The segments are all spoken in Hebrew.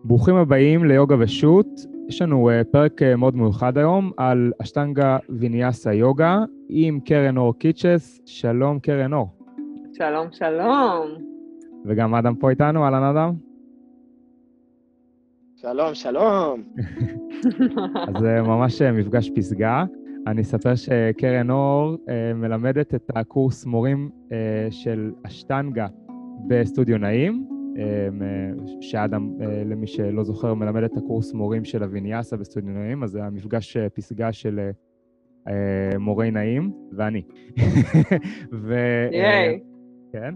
ברוכים הבאים ליוגה ושות. יש לנו פרק מאוד מיוחד היום על אשטנגה ויניאסה יוגה עם קרן אור קיצ'ס. שלום קרן אור. שלום, שלום. וגם אדם פה איתנו, אהלן אדם. שלום, שלום. אז זה ממש מפגש פסגה. אני אספר שקרן אור מלמדת את הקורס מורים של אשטנגה בסטודיו נעים, שאדם, למי שלא זוכר, מלמד את הקורס מורים של הוויניאסה בסטודיו נעים, אז זה המפגש פסגה של מורי נעים ואני. ייי. כן,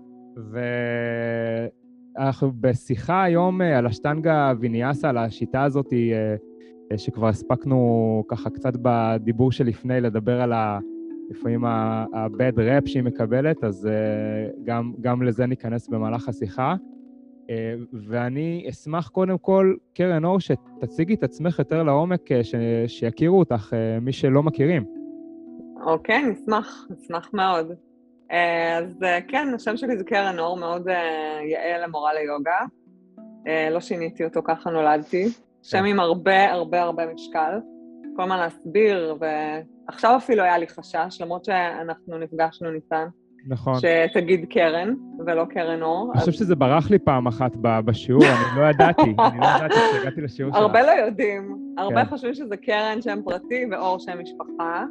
ואנחנו בשיחה היום על אשטנגה ויניאסה, על השיטה הזאת שכבר הספקנו ככה קצת בדיבור שלפני לדבר על לפעמים ה-bad rap שהיא מקבלת, אז גם לזה ניכנס במהלך השיחה. ואני אשמח קודם כל, קרן אור, שתציגי את עצמך יותר לעומק, שיכירו אותך, מי שלא מכירים. אוקיי, נשמח מאוד. אז כן, השם שלי זה קרן אור, מאוד יעל למורה ליוגה. לא שיניתי אותו, ככה נולדתי. שם עם הרבה משקל. כל מה להסביר, ועכשיו אפילו היה לי חשש, למרות שאנחנו נפגשנו ניתן. נכון. שתגיד קרן, ולא קרן אור. אני חושב שזה ברח לי פעם אחת בשיעור, אני לא ידעתי כשהגעתי לשיעור שלך. הרבה לא יודעים, הרבה חושבים שזה קרן שם פרטי ואור שם משפחה.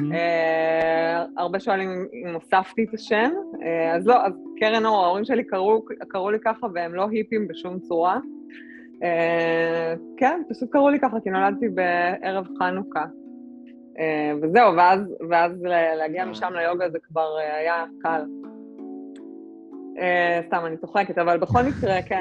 הרבה שואלים אם הוספתי את השם, אז לא, אז קרן אור, ההורים שלי קראו לי ככה והם לא היפים בשום צורה. כן, פשוט קראו לי ככה כי נולדתי בערב חנוכה. וזהו, ואז להגיע משם ליוגה זה כבר היה קל. סתם, אני צוחקת, אבל בכל מקרה, כן,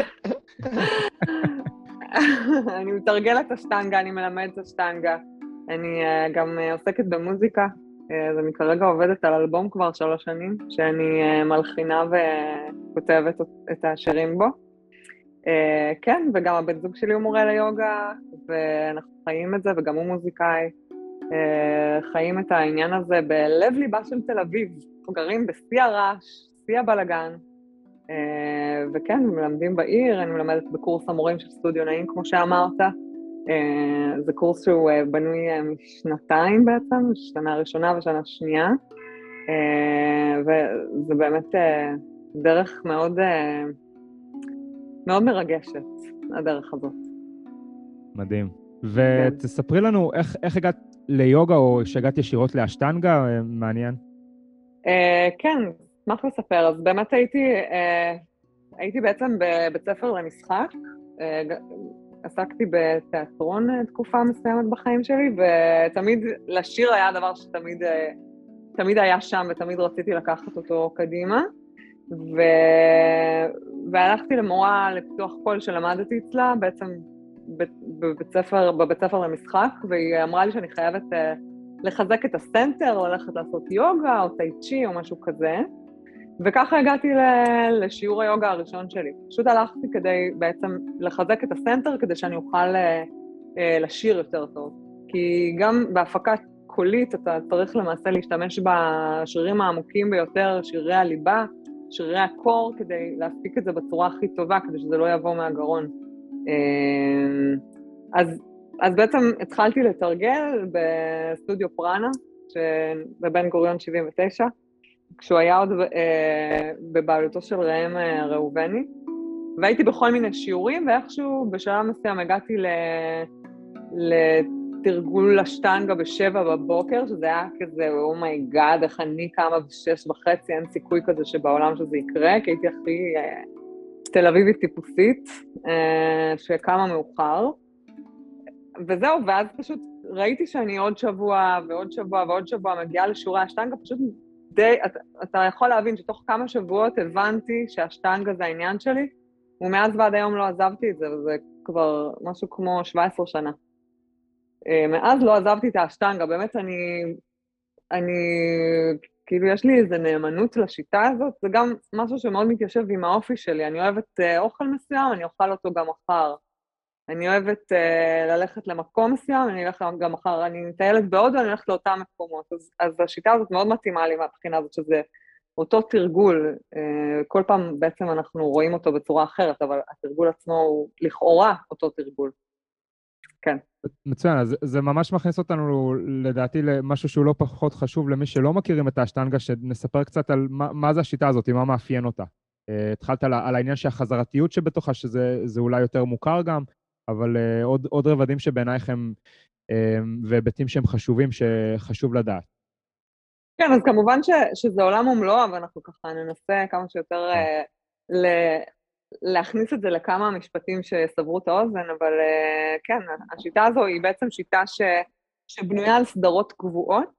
אני מתרגלת אשטנגה, אני מלמדת אשטנגה. אני גם עוסקת במוזיקה, אז אני כרגע עובדת על אלבום כבר 3 שנים, שאני מלחינה וכותבת את השירים בו. כן, וגם הבן זוג שלי הוא מורה ליוגה, ואנחנו חיים את זה, וגם הוא מוזיקאי. חיים את העניין הזה בלב ליבה של תל אביב, אנחנו גרים בשיא הרעש, שיא הבלגן, וכן, מלמדים בעיר, אני מלמדת בקורס המורים של סטודיו נעים, כמו שאמרת, זה קורס שהוא בנוי משנתיים בעצם, שנה ראשונה ושנה שנייה, וזה באמת דרך מאוד, מאוד מרגשת, הדרך הזאת. מדהים. ותספרי לנו איך הגעת ליוגה או שהגעת ישירות לאשטנגה, מעניין. כן, אשמח לספר. אז באמת הייתי בעצם בבית ספר למשחק, עסקתי בתיאטרון תקופה מסוימת בחיים שלי, ותמיד לשיר היה דבר שתמיד היה שם ותמיד רציתי לקחת אותו קדימה. והלכתי למורה לפיתוח קול שלמדתי אצלה, בעצם בבית ספר למשחק, והיא אמרה לי שאני חייבת לחזק את הסנטר, או ללכת לעשות יוגה, או טאי צ'י, או משהו כזה. וככה הגעתי לשיעור היוגה הראשון שלי. פשוט הלכתי כדי בעצם לחזק את הסנטר, כדי שאני אוכל לשיר יותר טוב. כי גם בהפקת קולית אתה צריך למעשה להשתמש בשרירים העמוקים ביותר, שרירי הליבה, שרירי הקור, כדי להספיק את זה בצורה הכי טובה, כדי שזה לא יבוא מהגרון. אז בעצם התחלתי לתרגל בסטודיו פרנה, בבן גוריון 79, כשהוא היה עוד בבעלותו של ראם ראובני, והייתי בכל מיני שיעורים, ואיכשהו בשלב מסוים הגעתי לתרגול אשטנגה ב7 בבוקר, שזה היה כזה, אומייגאד, איך אני קמה ב6:30, אין סיכוי כזה שבעולם שזה יקרה, כי הייתי הכי תל אביבית טיפוסית, שקמה מאוחר, וזהו, ואז פשוט ראיתי שאני עוד שבוע ועוד שבוע ועוד שבוע מגיעה לשיעורי אשטנגה, פשוט אתה יכול להבין שתוך כמה שבועות הבנתי שהאשטנגה זה העניין שלי, ומאז ועד היום לא עזבתי את זה, וזה כבר משהו כמו 17 שנה. מאז לא עזבתי את האשטנגה, באמת אני כאילו יש לי איזו נאמנות לשיטה הזאת, זה גם משהו שמאוד מתיישב עם האופי שלי, אני אוהבת אוכל מסוים, אני אוכל אותו גם מחר. אני אוהבת ללכת למקום מסוים, אני אלך גם מחר, אני מטיילת בהודו, אני הולכת לאותם מקומות, אז השיטה הזאת מאוד מתאימה לי מהבחינה הזאת, שזה אותו תרגול, כל פעם בעצם אנחנו רואים אותו בצורה אחרת, אבל התרגול עצמו הוא לכאורה אותו תרגול. כן. מצוין, אז זה ממש מכניס אותנו לדעתי למשהו שהוא לא פחות חשוב למי שלא מכירים את האשטנגה, שנספר קצת על מה זה השיטה הזאת, מה מאפיין אותה. התחלת על העניין שהחזרתיות שבתוכה, שזה אולי יותר מוכר גם, אבל עוד רבדים שבעינייך הם, והיבטים שהם חשובים, שחשוב לדעת. כן, אז כמובן שזה עולם ומלואו, ואנחנו ככה ננסה כמה שיותר להכניס את זה לכמה משפטים שסברו את האוזן, אבל כן, השיטה הזו היא בעצם שיטה שבנויה על סדרות קבועות,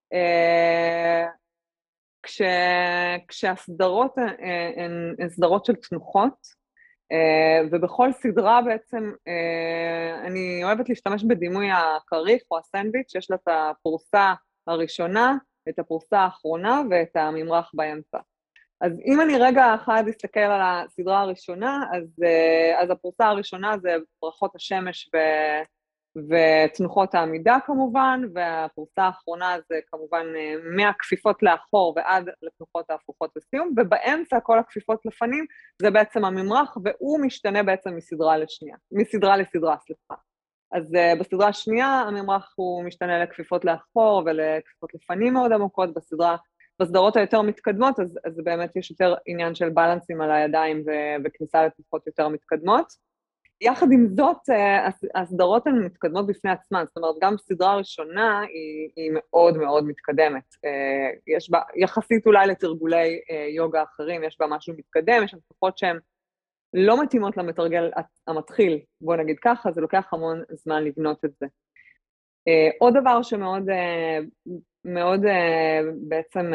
כשהסדרות הן סדרות של תנוחות, ובכל סדרה בעצם אני אוהבת להשתמש בדימוי הכריך או הסנדוויץ', שיש לה את הפרוסה הראשונה, את הפרוסה האחרונה ואת הממרח באמצע. אז אם אני רגע אחד אסתכל על הסדרה הראשונה, אז הפרוסה הראשונה זה ברכות השמש ותנוחות העמידה כמובן, והפרוסה האחרונה זה כמובן מהכפיפות לאחור ועד לתנוחות ההפוכות לסיום, ובאמצע כל הכפיפות לפנים זה בעצם הממרח, והוא משתנה בעצם מסדרה לסדרה, סליחה. אז בסדרה השנייה הממרח הוא משתנה לכפיפות לאחור ולכפיפות לפנים מאוד עמוקות, בסדרות היותר מתקדמות, אז באמת יש יותר עניין של בלנסים על הידיים וכניסה לתנוחות יותר מתקדמות. יחד עם זאת, הסדרות הן מתקדמות בפני עצמן, זאת אומרת, גם סדרה ראשונה היא מאוד מאוד מתקדמת. יש בה, יחסית אולי לתרגולי יוגה אחרים, יש בה משהו מתקדם, יש תנוחות שהן לא מתאימות למתרגל המתחיל, בוא נגיד ככה, זה לוקח המון זמן לבנות את זה. עוד דבר שמאוד מאוד בעצם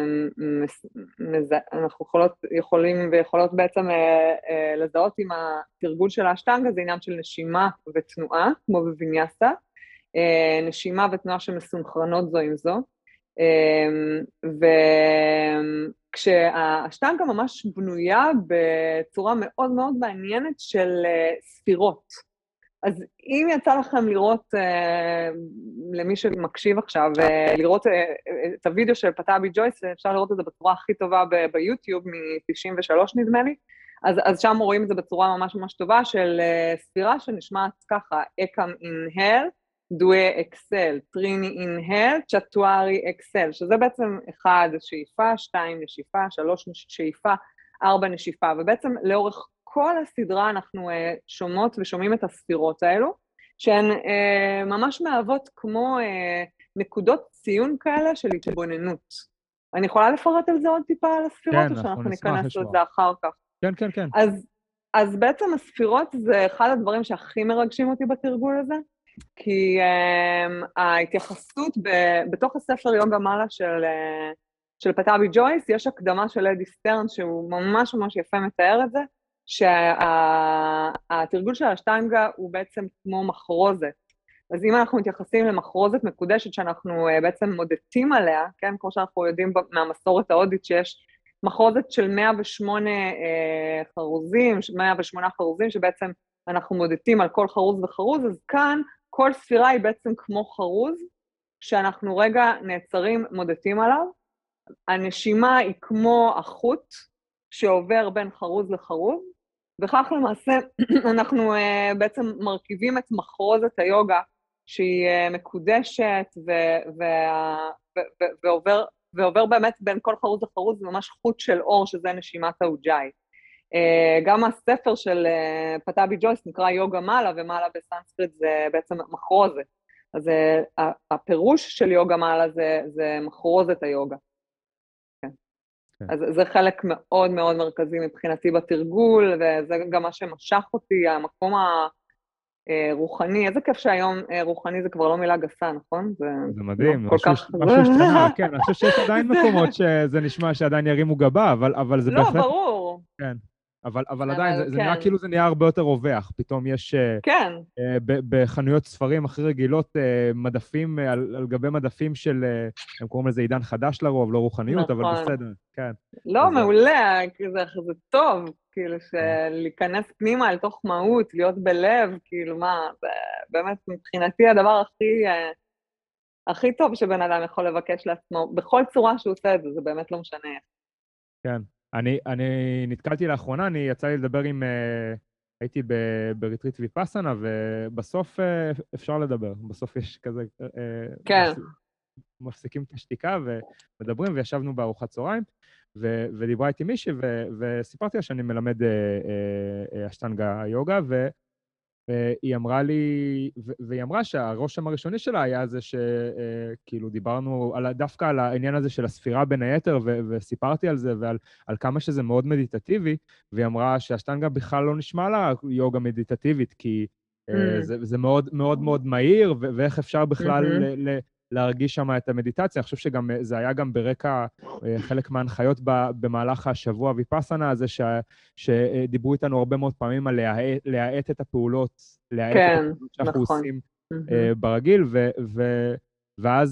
אנחנו יכולים ויכולות בעצם לזהות עם התרגול של האשטנגה, זה עניין של נשימה ותנועה, כמו בוויניאסה, נשימה ותנועה שמסונכרנות זו עם זו, וכשהאשטנגה ממש בנויה בצורה מאוד מאוד מעניינת של ספירות. אז אם יצא לכם לראות, למי שמקשיב עכשיו, לראות את הוידאו של פטאבי ג'ויס, אפשר לראות את זה בצורה הכי טובה ביוטיוב, מ-93 נדמה לי, אז שם רואים את זה בצורה ממש ממש טובה, של ספירה שנשמעת ככה, אקם אינהל, דואה אקסל, טריני אינהל, צ'טוארי אקסל, שזה בעצם 1 שאיפה, 2 נשיפה, 3 שאיפה, 4 נשיפה, ובעצם לאורך כל הסדרה אנחנו שומעות ושומעים את הספירות האלו, שהן ממש מהוות כמו נקודות ציון כאלה של התבוננות. אני יכולה לפרט על זה עוד טיפה על הספירות, כן, או שאנחנו נשמח ניכנס לשמוע. לזה אחר כך? כן, כן, כן. אז בעצם הספירות זה אחד הדברים שהכי מרגשים אותי בתרגול הזה, כי ההתייחסות בתוך הספר יוגה מעלה של פטאבי ג'ויס, יש הקדמה של אדי סטרן, שהוא ממש ממש יפה מתאר את זה, שהתרגול של האשטנגה הוא בעצם כמו מחרוזת. אז אם אנחנו מתייחסים למחרוזת מקודשת שאנחנו בעצם מודדים עליה, כן, כמו שאנחנו יודעים מהמסורת ההודית שיש מחרוזת של 108 חרוזים, 108 חרוזים שבעצם אנחנו מודדים על כל חרוז וחרוז, אז כאן כל ספירה היא בעצם כמו חרוז, שאנחנו רגע נעצרים מודדים עליו, הנשימה היא כמו החוט שעובר בין חרוז לחרוז, וכך למעשה אנחנו בעצם מרכיבים את מחרוזת היוגה, שהיא מקודשת ועובר באמת בין כל חרוז לחרוז, ממש חוט של אור, שזה נשימת האוג'אי. גם הספר של פטאבי ג'ויס נקרא יוגה מעלה, ומעלה בסנסקריט זה בעצם מחרוזת. אז הפירוש של יוגה מעלה זה מחרוזת היוגה. אז זה חלק מאוד מאוד מרכזי מבחינתי בתרגול, וזה גם מה שמשך אותי, המקום הרוחני. איזה כיף שהיום רוחני זה כבר לא מילה גסה, נכון? זה מדהים, משהו השתנה, כן, אני חושב שיש עדיין מקומות שזה נשמע שעדיין ירימו גבה, אבל זה בהחלט... לא, ברור. כן. אבל עדיין, זה נראה כאילו זה נהיה הרבה יותר רווח. פתאום יש בחנויות ספרים הכי רגילות מדפים על גבי מדפים של, הם קוראים לזה עידן חדש לרוב, לא רוחניות, אבל בסדר, כן. לא, מעולה, זה טוב, כאילו, להיכנס פנימה אל תוך מהות, להיות בלב, כאילו, מה, באמת, מבחינתי הדבר הכי טוב שבן אדם יכול לבקש לעצמו, בכל צורה שהוא עושה את זה, זה באמת לא משנה. כן. אני נתקלתי לאחרונה, יצא לי לדבר עם... הייתי בריטריט ויפאסנה, ובסוף אפשר לדבר. בסוף יש כזה... כן, מפסיקים את השתיקה ומדברים, וישבנו בארוחת צהריים, ודיברה איתי מישהי, וסיפרתי לה שאני מלמד אשטנגה יוגה, והיא אמרה לי, והיא אמרה שהרושם הראשוני שלה היה זה שכאילו דיברנו דווקא על העניין הזה של הספירה בין היתר, וסיפרתי על זה ועל כמה שזה מאוד מדיטטיבי, והיא אמרה שהשטנגה בכלל לא נשמע לה יוגה מדיטטיבית, כי mm, זה מאוד מאוד מאוד מהיר, ואיך אפשר בכלל mhm, להרגיש שם את המדיטציה. אני חושב שגם זה היה גם ברקע חלק מההנחיות במהלך השבוע ויפאסנה הזה, שדיברו איתנו הרבה מאוד פעמים על להאט את הפעולות, להאט את כן, הפעולות שאנחנו נכון. עושים Mhm, ברגיל, ואז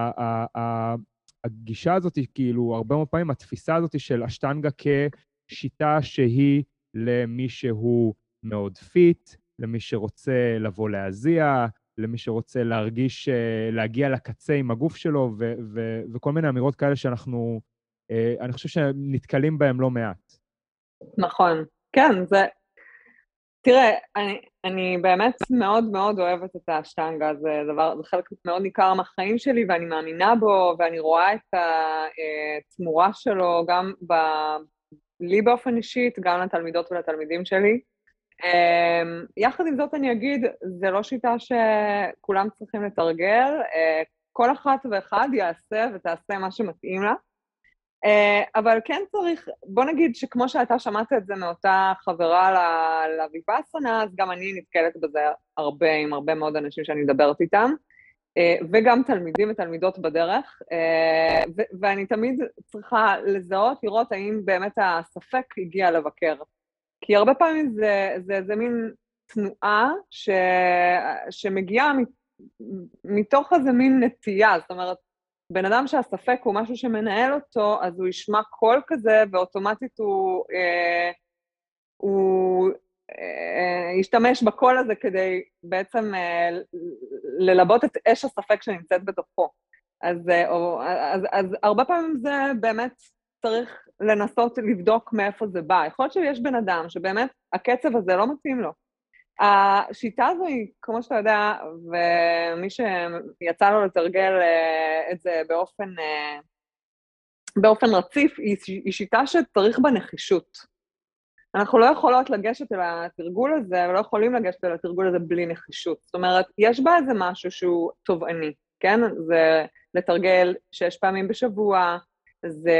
הגישה הזאת היא כאילו, הרבה מאוד פעמים התפיסה הזאת של אשטנגה כשיטה שהיא למי שהוא מאוד פיט, למי שרוצה לבוא להזיע, למי שרוצה להרגיש, להגיע לקצה עם הגוף שלו, וכל מיני אמירות כאלה שאנחנו, אני חושב שנתקלים בהם לא מעט. נכון. כן, תראה, אני באמת מאוד מאוד אוהבת את האשטנגה, זה חלק מאוד ניכר מהחיים שלי, ואני מאמינה בו, ואני רואה את התמורה שלו גם לי באופן אישית, גם לתלמידות ולתלמידים שלי. יחד עם זאת אני אגיד, זה לא שיטה שכולם צריכים לתרגל, כל אחת ואחד יעשה ותעשה מה שמתאים לה, אבל כן צריך, בוא נגיד שכמו שאתה שמעת את זה מאותה חברה לויפאסנה, אז גם אני נתקלת בזה הרבה, עם הרבה מאוד אנשים שאני מדברת איתם, וגם תלמידים ותלמידות בדרך, ואני תמיד צריכה לזהות, לראות האם באמת הספק הגיע לבקר. כי הרבה פעמים זה מין תנועה שמגיעה מתוך איזה מין נטייה, זאת אומרת, בן אדם שהספק הוא משהו שמנהל אותו, אז הוא ישמע קול כזה, ואוטומטית הוא ישתמש בקול הזה כדי בעצם ללבות את אש הספק שנמצאת בתוכו. אז הרבה פעמים זה באמת צריך לנסות לבדוק מאיפה זה בא. יכול להיות שיש בן אדם שבאמת הקצב הזה לא מתאים לו. השיטה הזו היא, כמו שאתה יודע, ומי שיצא לו לתרגל את זה באופן רציף, היא שיטה שצריך בה נחישות. אנחנו לא יכולות לגשת אל התרגול הזה, ולא יכולים לגשת אל התרגול הזה בלי נחישות. זאת אומרת, יש בה איזה משהו שהוא תובעני, כן? זה לתרגל 6 פעמים בשבוע, זה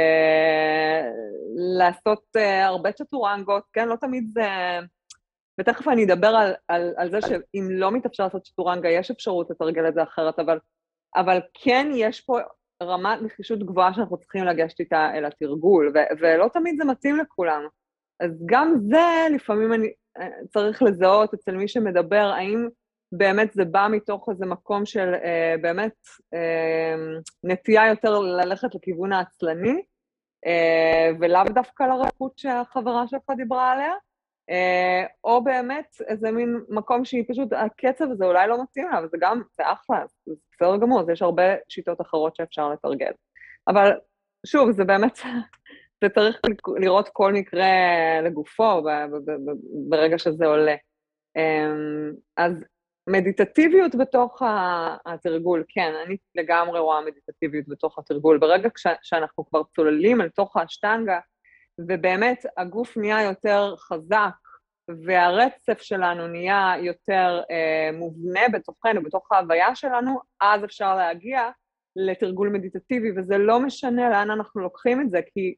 לעשות הרבה צ'טורנגות, כן? לא תמיד זה... ותכף אני אדבר על זה שאם לא מתאפשר לעשות צ'טורנגה, יש אפשרות לתרגל את זה אחרת, אבל כן יש פה רמת נחישות גבוהה שאנחנו צריכים לגשת איתה אל התרגול, ולא תמיד זה מתאים לכולם. אז גם זה לפעמים אני צריך לזהות אצל מי שמדבר, האם באמת זה בא מתוך איזה מקום של באמת נטייה יותר ללכת לכיוון העצלני, ולאו דווקא לרכות שהחברה שלך דיברה עליה, או באמת איזה מין מקום שהיא פשוט, הקצב הזה אולי לא מתאים לה, וזה גם, זה אחלה, זה בסדר גמור, אז יש הרבה שיטות אחרות שאפשר לתרגל. אבל שוב, זה באמת, זה צריך לראות כל מקרה לגופו ברגע שזה עולה. אז מדיטטיביות בתוך התרגול, כן, אני לגמרי רואה מדיטטיביות בתוך התרגול. ברגע שאנחנו כבר צוללים אל תוך האשטנגה, ובאמת הגוף נהיה יותר חזק, והרצף שלנו נהיה יותר מובנה בתוכנו, בתוך ההוויה שלנו, אז אפשר להגיע לתרגול מדיטטיבי, וזה לא משנה לאן אנחנו לוקחים את זה, כי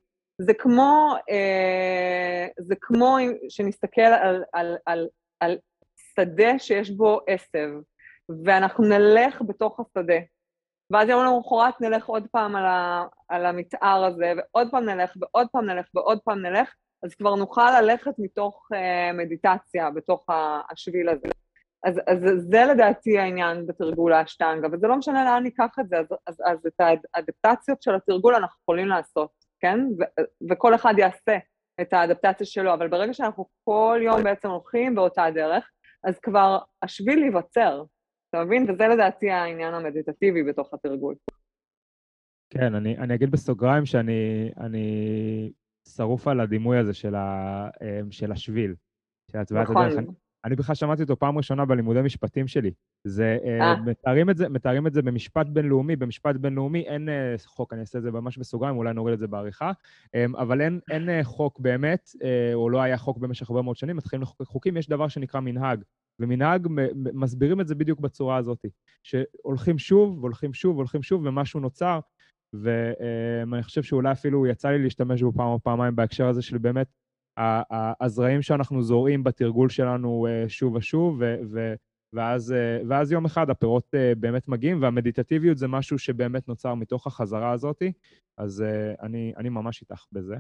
זה כמו שנסתכל על שדה שיש בו עשב, ואנחנו נלך בתוך השדה, ואז יום למחרת נלך עוד פעם על המתאר הזה, ועוד פעם נלך, ועוד פעם נלך, ועוד פעם נלך, אז כבר נוכל ללכת מתוך מדיטציה, בתוך השביל הזה. אז זה לדעתי העניין בתרגול האשטנגה, וזה לא משנה לאן ניקח את זה, אז את האדפטציות של התרגול אנחנו יכולים לעשות, כן? וכל אחד יעשה את האדפטציה שלו, אבל ברגע שאנחנו כל יום בעצם הולכים באותה דרך, אז כבר השביל ייווצר, אתה מבין? וזה לדעתי העניין המדיטטיבי בתוך התרגול. כן, אני אגיד בסוגריים שאני שרוף על הדימוי הזה של השביל, של הצבעת הדרך. נכון. אני בכלל שמעתי אותו פעם ראשונה בלימודי משפטים שלי. זה, אה, מתארים את זה במשפט בינלאומי. במשפט בינלאומי אין חוק, אני אעשה את זה ממש בסוגריים, אולי נוריד את זה בעריכה, אבל אין חוק באמת, או לא היה חוק במשך הרבה מאוד שנים, מתחילים לחוקק חוקים, יש דבר שנקרא מנהג, ומנהג מסבירים את זה בדיוק בצורה הזאת, שהולכים שוב, והולכים שוב, והולכים שוב, ומשהו נוצר, ואני חושב שאולי אפילו יצא לי להשתמש בו פעם או פעמיים בהקשר הזה של באמת הזרעים שאנחנו זורעים בתרגול שלנו שוב ושוב, ואז יום אחד הפירות באמת מגיעים, והמדיטטיביות זה משהו שבאמת נוצר מתוך החזרה הזאת, אז אני ממש איתך בזה.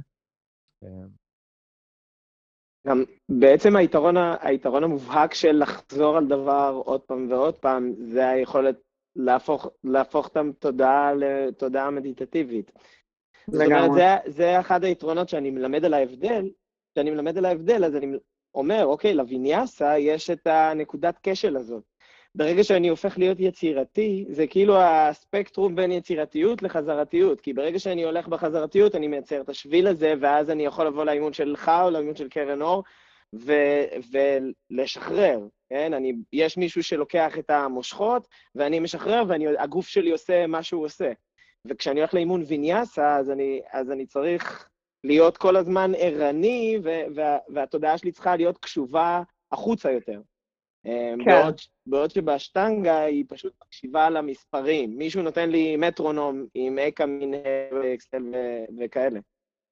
גם בעצם היתרון המובהק של לחזור על דבר עוד פעם ועוד פעם, זה היכולת להפוך את התודעה לתודעה מדיטטיבית. זאת אומרת, זה אחד היתרונות שאני מלמד על ההבדל, אז אני אומר, אוקיי, לוויניאסה יש את הנקודת כשל הזאת. ברגע שאני הופך להיות יצירתי, זה כאילו הספקטרום בין יצירתיות לחזרתיות, כי ברגע שאני הולך בחזרתיות, אני מייצר את השביל הזה, ואז אני יכול לבוא לאימון שלך או לאימון של קרן אור, ולשחרר, כן? יש מישהו שלוקח את המושכות, ואני משחרר, והגוף שלי עושה מה שהוא עושה. וכשאני הולך לאימון ויניאסה, אז אני צריך להיות כל הזמן ערני, והתודעה שלי צריכה להיות קשובה החוצה יותר. בעוד שבאשטנגה היא פשוט מקשיבה על המספרים. מישהו נותן לי מטרונום עם אקה מנהל ואקסל וכאלה.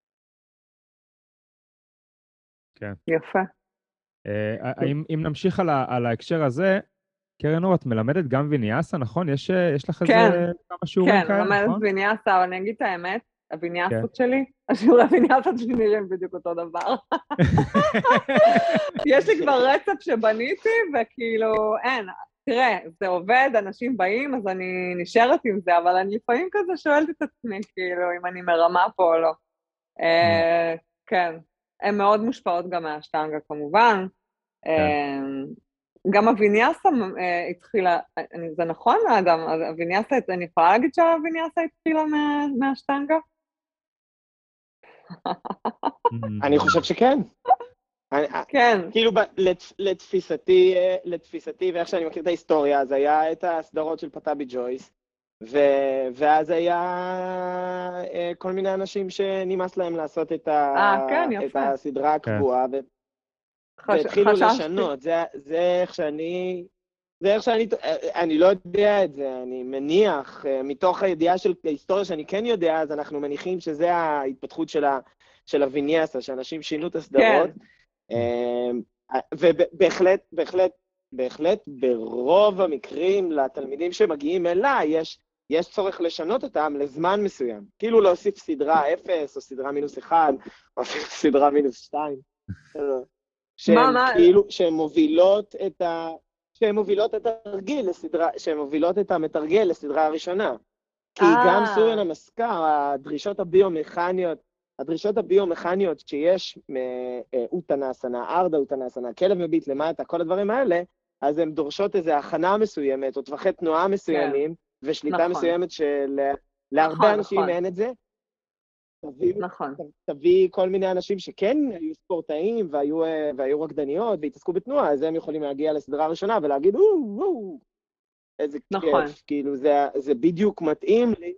כן. יפה. אם נמשיך על ההקשר הזה, קרן אור, את מלמדת גם ויניאסה, נכון? יש לך איזה כמה שיעורים כאלה, נכון? כן, לומדת ויניאסה, אבל אני אגיד את האמת, הוויניאסות שלי, השיעורי הוויניאסות שלי נראים בדיוק אותו דבר. יש לי כבר רצף שבניתי, וכאילו, אין, תראה, זה עובד, אנשים באים, אז אני נשארת עם זה, אבל אני לפעמים כזה שואלת את עצמי, כאילו, אם אני מרמה פה או לא. כן, הן מאוד מושפעות גם מהאשטנגה כמובן. גם הוויניאסה התחילה, זה נכון אדם, הוויניאסה, אני יכולה להגיד שהוויניאסה התחילה מהאשטנגה? אני חושב שכן. כן. כאילו לתפיסתי, ואיך שאני מכיר את ההיסטוריה, אז היה את הסדרות של פטאבי ג'ויס, ואז היה כל מיני אנשים שנמאס להם לעשות את הסדרה הקבועה, והתחילו לשנות. זה איך שאני, אני לא יודע את זה, אני מניח, מתוך הידיעה של ההיסטוריה שאני כן יודע, אז אנחנו מניחים שזה ההתפתחות של הוויניאסה, שאנשים שינו את הסדרות, ובהחלט ברוב המקרים לתלמידים שמגיעים אליי, יש צורך לשנות אותם לזמן מסוים, כאילו להוסיף סדרה 0 או סדרה -1, או סדרה -2, שהן מובילות את התרגיל לסדרה, שהן מובילות את המתרגל לסדרה הראשונה. כי גם סוריה נמסקר, הדרישות הביומכניות שיש מאוטנסנה, ארדה אוטנסנה, כלב מביט למטה, כל הדברים האלה, אז הן דורשות איזו הכנה מסוימת, או טווחי תנועה מסוימים, ושליטה מסוימת שלהרבה אנשים אין את זה. תביא כל מיני אנשים שכן היו ספורטאים והיו רקדניות והתעסקו בתנועה, אז הם יכולים להגיע לסדרה הראשונה ולהגיד, איזה כיף, כאילו זה בדיוק מתאים לי.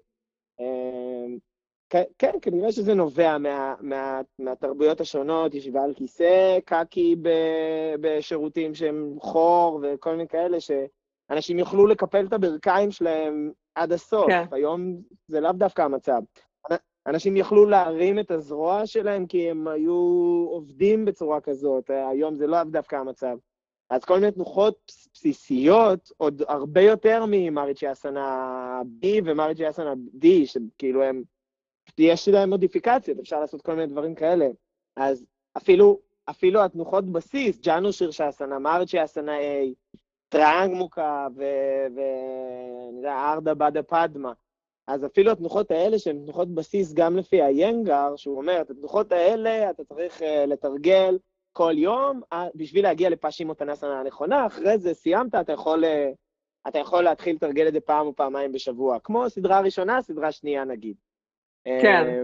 כן, כנראה שזה נובע מהתרבויות השונות, ישיבה על כיסא, קקי בשירותים שהם חור וכל מיני כאלה, שאנשים יוכלו לקפל את הברכיים שלהם עד הסוף. היום זה לאו דווקא המצב. אנשים יכלו להרים את הזרוע שלהם כי הם היו עובדים בצורה כזאת, היום זה לאו דווקא המצב. אז כל מיני תנוחות בסיסיות, עוד הרבה יותר ממריצ'יאסנה B ומריצ'יאסנה D, שכאילו הם, יש להם מודיפיקציות, אפשר לעשות כל מיני דברים כאלה. אז אפילו התנוחות בסיס, ג'אנו שירשאסנה, מריצ'יאסנה A, טראנג מוקה ארדה בדה פדמה, אז אפילו התנוחות האלה שהן תנוחות בסיס גם לפי היינגר, שהוא אומר, את התנוחות האלה אתה צריך לתרגל כל יום, בשביל להגיע לפשימוטנסנה הנכונה, אחרי זה סיימת, אתה יכול להתחיל לתרגל את זה פעם או פעמיים בשבוע, כמו סדרה ראשונה, סדרה שנייה נגיד. כן.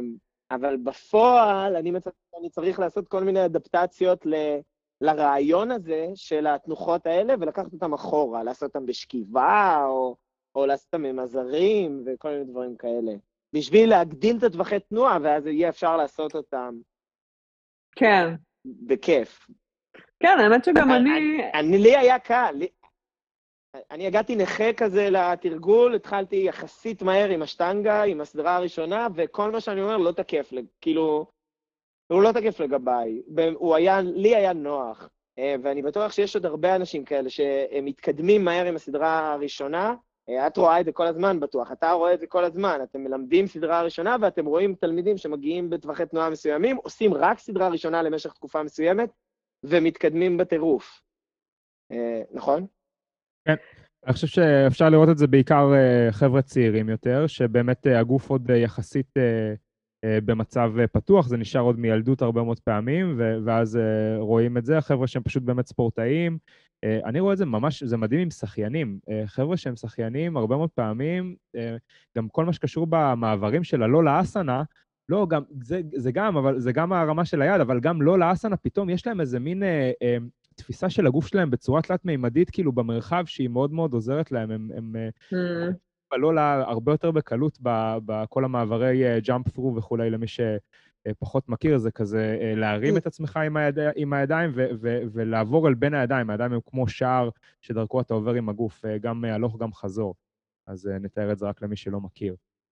אבל בפועל אני צריך לעשות כל מיני אדפטציות לרעיון הזה של התנוחות האלה, ולקחת אותם אחורה, לעשות אותם בשכיבה, או לעשות אותם ממזרים, וכל מיני דברים כאלה. בשביל להגדיל את הטווחי תנועה, ואז יהיה אפשר לעשות אותם. כן. בכיף. כן, האמת שגם לי היה קל. אני הגעתי נכה כזה לתרגול, התחלתי יחסית מהר עם השטנגה, עם הסדרה הראשונה, וכל מה שאני אומר לא תקף, כאילו, הוא לא תקף לגביי. לי היה נוח, ואני בטוח שיש עוד הרבה אנשים כאלה שהם מתקדמים מהר עם הסדרה הראשונה. את רואה את זה כל הזמן, בטוח. אתה רואה את זה כל הזמן. אתם מלמדים סדרה ראשונה, ואתם רואים תלמידים שמגיעים בטווחי תנועה מסוימים, עושים רק סדרה ראשונה למשך תקופה מסוימת, ומתקדמים בטירוף. נכון? כן. אני חושב שאפשר לראות את זה בעיקר חבר'ה צעירים יותר, שבאמת הגוף עוד יחסית במצב פתוח, זה נשאר עוד מילדות הרבה מאוד פעמים, ואז רואים את זה, החבר'ה שהם פשוט באמת ספורטאים. אני רואה את זה ממש, זה מדהים עם שחיינים. חבר'ה שהם שחיינים הרבה מאוד פעמים, גם כל מה שקשור במעברים של הלא לאסנה, לא, גם, זה גם, אבל זה גם הרמה של היד, אבל גם לא לאסנה, פתאום יש להם איזה מין תפיסה של הגוף שלהם בצורה תלת-מימדית, כאילו במרחב שהיא מאוד מאוד עוזרת להם, הם לא לה הרבה יותר בקלות בכל המעברי ג'אמפ פרו וכולי, למי שפחות מכיר, זה כזה להרים את עצמך עם הידיים ולעבור אל בין הידיים. הידיים הם כמו שער שדרכו אתה עובר עם הגוף, גם הלוך גם חזור. אז נתאר את זה רק למי שלא מכיר.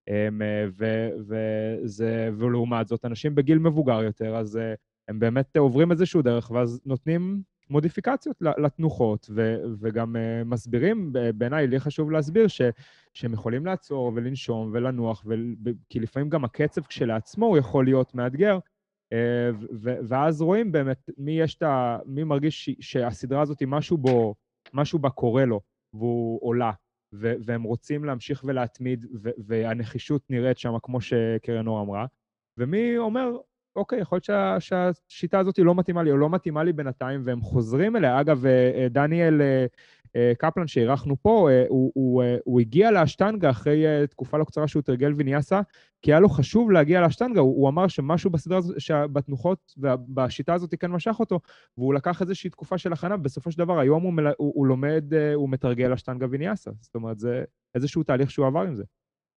ולעומת זאת, אנשים בגיל מבוגר יותר, אז הם באמת עוברים איזשהו דרך, ואז נותנים מודיפיקציות לתנוחות, וגם מסבירים, בעיניי, לי חשוב להסביר שהם יכולים לעצור ולנשום ולנוח, כי לפעמים גם הקצב כשלעצמו הוא יכול להיות מאתגר, ואז רואים באמת מי מרגיש שהסדרה הזאת היא משהו בה קורה לו, והוא עולה, והם רוצים להמשיך ולהתמיד, והנחישות נראית שם כמו שקרן אור אמרה, ומי אומר, אוקיי, יכול להיות שהשיטה הזאת לא מתאימה לי, או לא מתאימה לי בינתיים, והם חוזרים אליה. אגב, דניאל קפלן שהירחנו פה, הוא הגיע לאשטנגה אחרי תקופה לא קצרה שהוא תרגל ויניאסה, כי היה לו חשוב להגיע לאשטנגה, הוא אמר שמשהו בסדרה הזאת, שבתנוחות ובשיטה הזאת כן משך אותו, והוא לקח איזושהי תקופה של הכנה, ובסופו של דבר היום הוא לומד, הוא מתרגל אשטנגה ויניאסה. זאת אומרת, זה איזשהו תהליך שהוא עבר עם זה.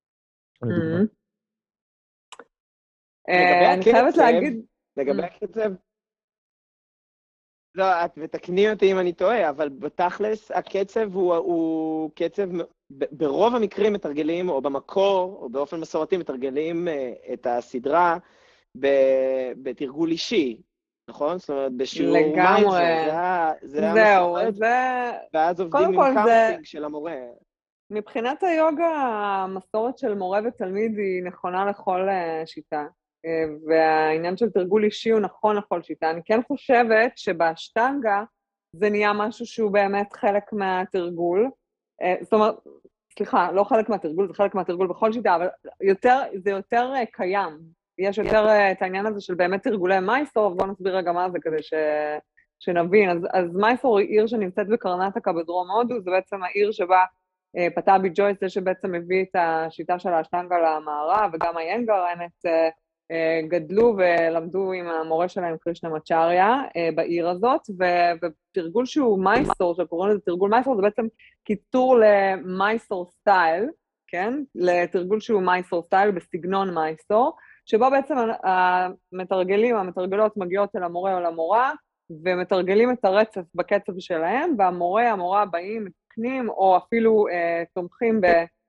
אני חייבת להגיד... לגבי הקצב, לא, ותקני אותי אם אני טועה, אבל בתכלס הקצב הוא קצב, ברוב המקרים מתרגלים, או במקור, או באופן מסורתי מתרגלים את הסדרה בתרגול אישי, נכון? זאת אומרת, בשיעור מיינדפול, זה המסורת, ואז עובדים עם קאונטינג של המורה. מבחינת היוגה, המסורת של מורה ותלמיד היא נכונה לכל שיטה. והעניין של תרגול אישי הוא נכון לכל שיטה. אני כן חושבת שבאשטנגה זה נהיה משהו שהוא באמת חלק מהתרגול. זאת אומרת, סליחה, לא חלק מהתרגול, זה חלק מהתרגול בכל שיטה, אבל זה יותר קיים. יש יותר את העניין הזה של באמת תרגולי מייסור, ובואו נסביר רגע מה זה כדי שנבין. אז מייסור היא עיר שנמצאת בקרנטקה בדרום הודו, זה בעצם העיר שבה פטאבי ג'ויס, זה שבעצם הביא את השיטה של האשטנגה למערב, וגם איינגר, האמת, גדלו ולמדו עם המורה שלהם קרישנה מצ'ריה בעיר הזאת, ותרגול שהוא מייסור, שקוראים לזה תרגול מייסור, זה בעצם קיצור למייסור סטייל, כן? לתרגול שהוא מייסור סטייל בסגנון מייסור, שבו בעצם המתרגלות מגיעות אל המורה או למורה, ומתרגלים את הרצף בקצב שלהם, והמורה הבאים מתקנים, או אפילו תומכים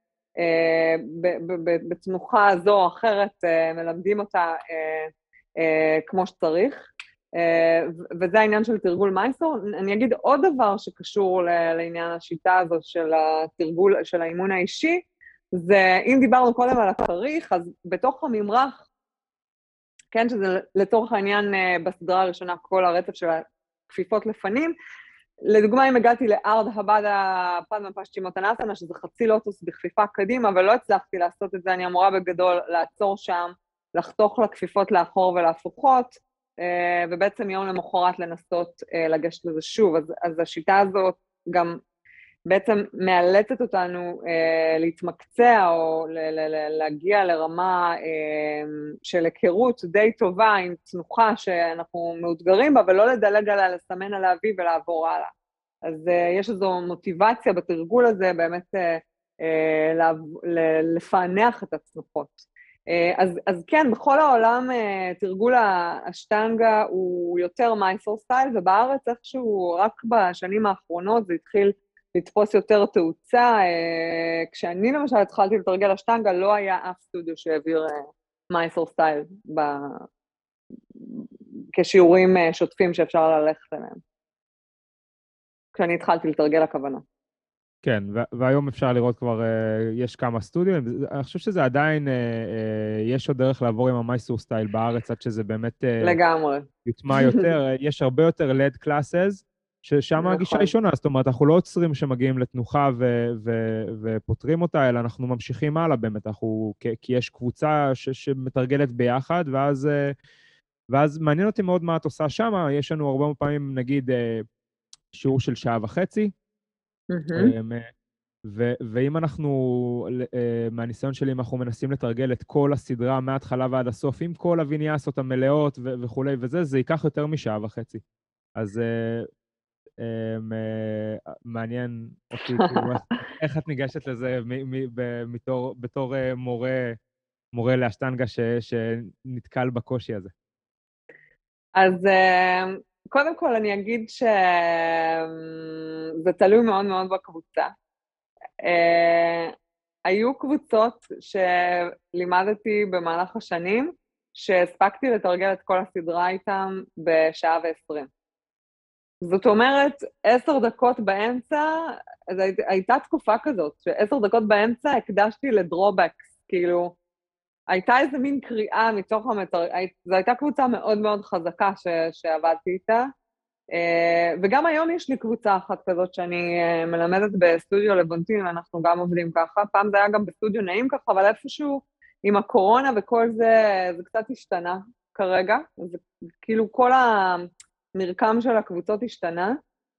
בתנוחה זו או אחרת, מלמדים אותה כמו שצריך, וזה העניין של תרגול מייסור. אני אגיד עוד דבר שקשור לעניין השיטה הזאת של התרגול, של האימון האישי, זה, אם דיברנו קודם על הכריך, אז בתוך הממרח, כן, שזה לצורך העניין בסדרה הראשונה, כל הרצף של הכפיפות לפנים, לדוגמה, אם הגעתי לארד הבאדה פדמה פשצ'ימוטנסנה, שזה חצי לוטוס בכפיפה קדימה, אבל לא הצלחתי לעשות את זה, אני אמורה בגדול לעצור שם, לחתוך לכפיפות לאחור ולהפוכות, ובעצם יום למחרת לנסות לגשת לזה שוב. אז השיטה הזאת גם בעצם מאלצת אותנו להתמקצע או להגיע לרמה של היכרות די טובה עם תנוחה שאנחנו מאותגרים בה, ולא לדלג עליה, לסמן על האבי ולעבור הלאה. אז יש איזו מוטיבציה בתרגול הזה באמת לפענח את התנוחות. אז כן, בכל העולם תרגול השטנגה הוא יותר מייסור סטייל, ובארץ איכשהו רק בשנים האחרונות זה התחיל לתפוס יותר תאוצה. כשאני למשל התחלתי לתרגל השטנגה, לא היה אף סטודיו שהעביר מייסור סטייל כשיעורים שוטפים שאפשר ללכת אליהם. כשאני התחלתי לתרגל הכוונה. כן, והיום אפשר לראות כבר, יש כמה סטודיו, אני חושב שזה עדיין, יש עוד דרך לעבור עם המייסור סטייל בארץ, עד שזה באמת לגמרי. יוטמע יותר, יש הרבה יותר לד קלאסס, ששם הגישה היא שונה, זאת אומרת, אנחנו לא עוצרים שמגיעים לתנוחה ופותרים אותה, אלא אנחנו ממשיכים הלאה באמת, כי יש קבוצה שמתרגלת ביחד, ואז מעניין אותי מאוד מה את עושה שם, יש לנו הרבה פעמים, נגיד, שיעור של 1.5 שעות, ואם אנחנו, מהניסיון שלי, אם אנחנו מנסים לתרגל את כל הסדרה מההתחלה ועד הסוף, עם כל הוויניאסות המלאות וכולי וזה, זה ייקח יותר מ1.5 שעות. אז מעניין אותי, איך את ניגשת לזה בתור מורה לאשטנגה שנתקל בקושי הזה? אז קודם כל אני אגיד שזה תלוי מאוד מאוד בקבוצה. היו קבוצות שלימדתי במהלך השנים, שהספקתי לתרגל את כל הסדרה איתם ב1.20 שעות. זאת אומרת, 10 דקות באמצע, הייתה תקופה כזאת, ש10 דקות באמצע הקדשתי לדרובקס, כאילו, הייתה איזה מין קריאה מתוך זו הייתה קבוצה מאוד מאוד חזקה שעבדתי איתה, וגם היום יש לי קבוצה אחת כזאת שאני מלמדת בסטודיו לבונטין, אנחנו גם עובדים ככה, פעם זה היה גם בסטודיו נעים ככה, אבל איפשהו עם הקורונה וכל זה, זה קצת השתנה כרגע, זה כאילו כל המרקם של הקבוצות השתנה.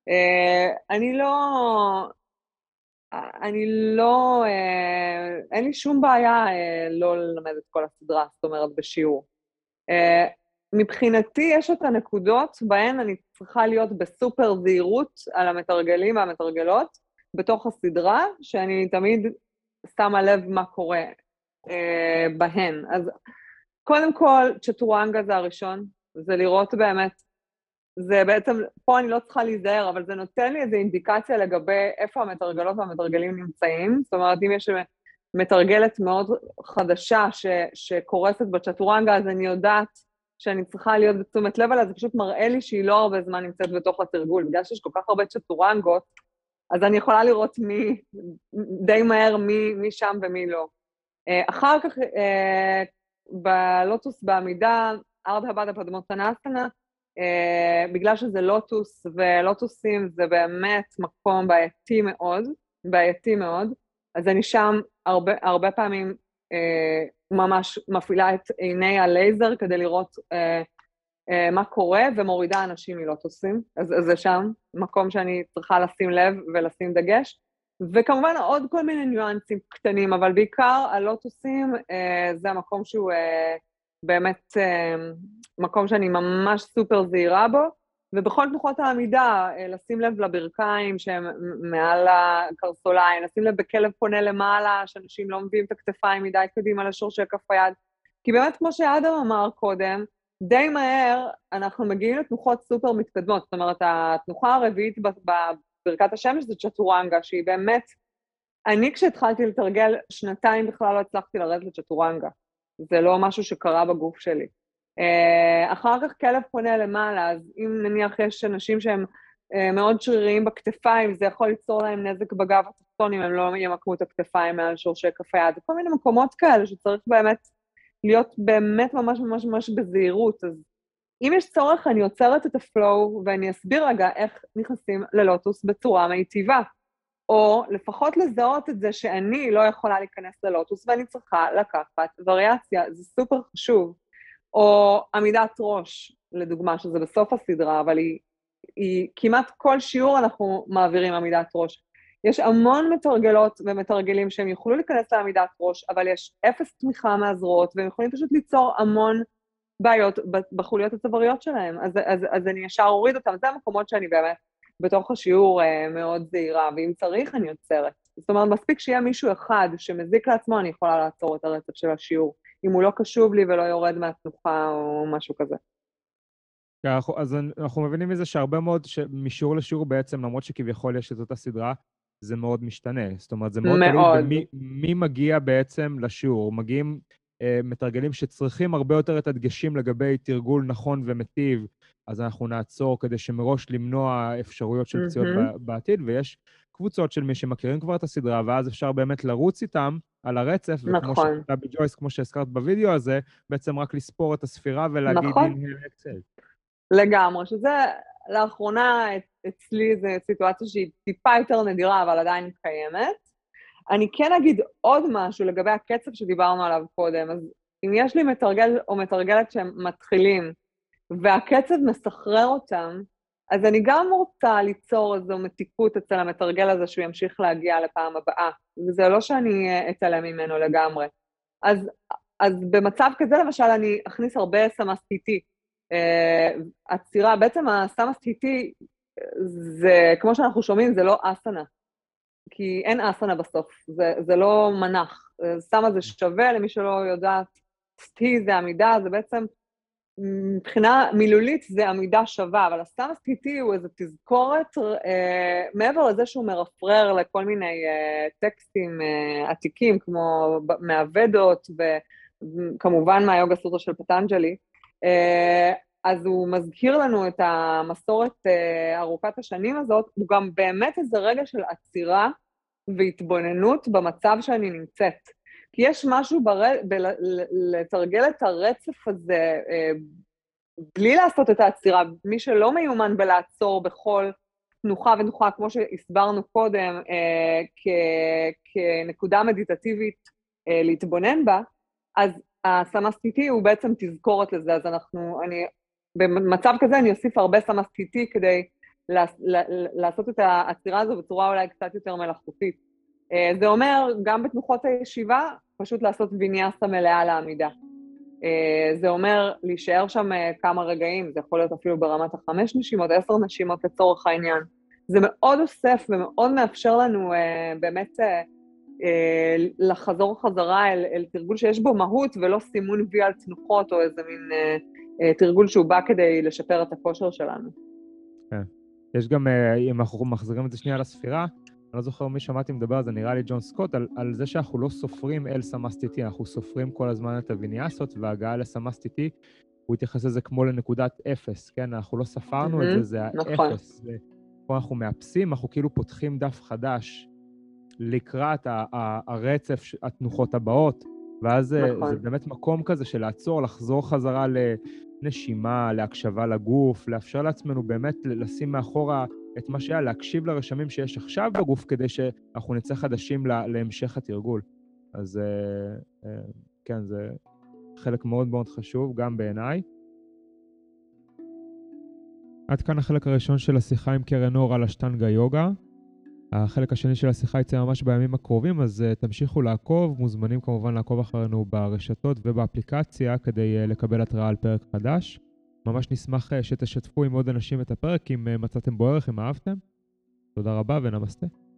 אין לי שום בעיה לא ללמד את כל הסדרה, זאת אומרת, בשיעור. מבחינתי יש את הנקודות בהן אני צריכה להיות בסופר זהירות על המתרגלים והמתרגלות בתוך הסדרה, שאני תמיד שמה לב מה קורה בהן. אז קודם כל, צ'טורנגה זה הראשון, זה לראות באמת, זה בעצם, פה אני לא צריכה להיזהר, אבל זה נותן לי איזו אינדיקציה לגבי איפה המתרגלות והמתרגלים נמצאים. זאת אומרת, אם יש מתרגלת מאוד חדשה שקורסת בצ'טורנגה, אז אני יודעת שאני צריכה להיות בתשומת לב עליה, זה פשוט מראה לי שהיא לא הרבה זמן נמצאת בתוך התרגול. בגלל שיש כל כך הרבה צ'טורנגות, אז אני יכולה לראות די מהר מי שם ומי לא. אחר כך, בלוטוס בעמידה, ארדה הבדה פדמוטנסנה, בגלל שזה לוטוס, ולוטוסים זה באמת מקום בעייתי מאוד, אז אני שם הרבה פעמים ממש מפעילה את עיני הלייזר כדי לראות מה קורה, ומורידה אנשים מלוטוסים, אז זה שם, מקום שאני צריכה לשים לב ולשים דגש, וכמובן עוד כל מיני ניואנסים קטנים, אבל בעיקר הלוטוסים זה המקום שהוא באמת מקום שאני ממש סופר זהירה בו, ובכל תנוחות העמידה, לשים לב לברכיים שהם מעל הקרסוליים, לשים לב בכלב פונה למעלה, שאנשים לא מביאים את הכתפיים מדי קדימה לשורשי כף היד, כי באמת כמו שאדם אמר קודם, די מהר אנחנו מגיעים לתנוחות סופר מתקדמות, זאת אומרת, התנוחה הרביעית בברכת השמש זה צ'טורנגה, שהיא באמת, אני כשהתחלתי לתרגל 2 בכלל לא הצלחתי לרדת לצ'טורנגה, זה לא משהו שקרה בגוף שלי. אחר כך כלב פונה למעלה, אז אם נניח יש אנשים שהם מאוד שריריים בכתפיים, זה יכול ליצור להם נזק בגב התחתון, אם הם לא ימקמו את הכתפיים מעל שורשי כף היד, זה כל מיני מקומות כאלה שצריך באמת להיות באמת ממש ממש ממש בזהירות, אז אם יש צורך אני עוצרת את הפלואו, ואני אסביר רגע איך נכנסים ללוטוס בצורה מיטיבה, או לפחות לזהות את זה שאני לא יכולה להיכנס ללוטוס, ואני צריכה לקחת וריאציה, זה סופר חשוב, או עמידת ראש, לדוגמה, שזה בסוף הסדרה, אבל היא כמעט כל שיעור אנחנו מעבירים עמידת ראש. יש המון מתרגלות ומתרגלים שהם יוכלו להיכנס לעמידת ראש, אבל יש אפס תמיכה מהזרועות, והם יכולים פשוט ליצור המון בעיות בחוליות הצוואריות שלהם. אז אני ישר אוריד אותם. זה המקומות שאני באמת בתוך השיעור מאוד זהירה, ואם צריך אני יוצרת. זאת אומרת, מספיק שיהיה מישהו אחד שמזיק לעצמו, אני יכולה לעצור את הרצף של השיעור, אם הוא לא קשוב לי ולא יורד מהתנוחה או משהו כזה. אז אנחנו מבינים מזה שהרבה מאוד משיעור לשיעור בעצם, למרות שכביכול יש את אותה סדרה, זה מאוד משתנה. זאת אומרת, זה מאוד תלוי במי מגיע בעצם לשיעור. מגיעים מתרגלים שצריכים הרבה יותר את הדגשים לגבי תרגול נכון ומטיב, אז אנחנו נעצור כדי שמראש למנוע אפשרויות של פציעות בעתיד, ויש קבוצות של מי שמכירים כבר את הסדרה, ואז אפשר באמת לרוץ איתם על הרצף, וכמו שכתב בג'ויס, כמו שהזכרת בווידאו הזה, בעצם רק לספור את הספירה ולהגיד inhale exhale. לגמרי, שזה לאחרונה אצלי זו סיטואציה שהיא טיפה יותר נדירה, אבל עדיין קיימת. אני כן אגיד עוד משהו לגבי הקצב שדיברנו עליו קודם, אז אם יש לי מתרגל או מתרגלת שהם מתחילים, והקצב מסחרר אותם, אז אני גם רוצה ליצור איזו מתיקות אצל המתרגל הזה שהוא ימשיך להגיע לפעם הבאה, וזה לא שאני אתעלם ממנו לגמרי. אז במצב כזה למשל אני אכניס הרבה סמ"ס TT, הצירה, בעצם הסמ"ס TT זה, כמו שאנחנו שומעים, זה לא אסנה, כי אין אסנה בסוף, זה לא מנח, סמ"ס זה שווה למי שלא יודעת, סטי זה עמידה, זה בעצם, מבחינה מילולית זה עמידה שווה, אבל הסמ"ס TT הוא איזו תזכורת, מעבר לזה שהוא מרפרר לכל מיני טקסטים עתיקים, כמו מהוודות, וכמובן מהיוגה סוטרה של פטנג'לי, אז הוא מזכיר לנו את המסורת ארוכת השנים הזאת, הוא גם באמת איזה רגע של עצירה והתבוננות במצב שאני נמצאת. כי יש משהו לתרגל את הרצף הזה, בלי לעשות את העצירה, מי שלא מיומן בלעצור בכל תנוחה ותנוחה, כמו שהסברנו קודם, כנקודה מדיטטיבית להתבונן בה, אז הסמ"ס TT הוא בעצם תזכורת לזה, אז במצב כזה אני אוסיף הרבה סמ"ס TT כדי לעשות את העצירה הזו בצורה אולי קצת יותר מלאכותית. זה אומר, גם בתנוחות הישיבה, פשוט לעשות ויניאסה מלאה לעמידה. זה אומר להישאר שם כמה רגעים, זה יכול להיות אפילו ברמת 5 נשימות, 10 נשימות לצורך העניין. זה מאוד אוסף ומאוד מאפשר לנו באמת לחזור חזרה אל תרגול שיש בו מהות ולא סימון וי על תנוחות או איזה מין תרגול שהוא בא כדי לשפר את הכושר שלנו. כן. יש גם, אם אנחנו מחזירים את זה שנייה לספירה, אני לא זוכר מי שמעתי מדבר על זה, נראה לי ג'ון סקוט, על זה שאנחנו לא סופרים אל סמ"ס TT, אנחנו סופרים כל הזמן את הוויניאסות, וההגעה לסמ"ס TT, הוא התייחס לזה כמו לנקודת אפס, כן? אנחנו לא ספרנו את זה, זה האפס. פה אנחנו מאפסים, אנחנו כאילו פותחים דף חדש לקראת הרצף, התנוחות הבאות, ואז זה באמת מקום כזה של לעצור, לחזור חזרה לנשימה, להקשבה לגוף, לאפשר לעצמנו באמת לשים מאחורה את מה שהיה, להקשיב לרשמים שיש עכשיו בגוף, כדי שאנחנו נצא חדשים להמשך התרגול. אז כן, זה חלק מאוד מאוד חשוב, גם בעיניי. עד כאן החלק הראשון של השיחה עם קרן אור על אשטנגה יוגה. החלק השני של השיחה יצא ממש בימים הקרובים, אז תמשיכו לעקוב, מוזמנים כמובן לעקוב אחרינו ברשתות ובאפליקציה, כדי לקבל התראה על פרק חדש. ממש נשמח שתשתפו עם עוד אנשים את הפרק, אם מצאתם בו ערך, אם אהבתם. תודה רבה ונמסטה.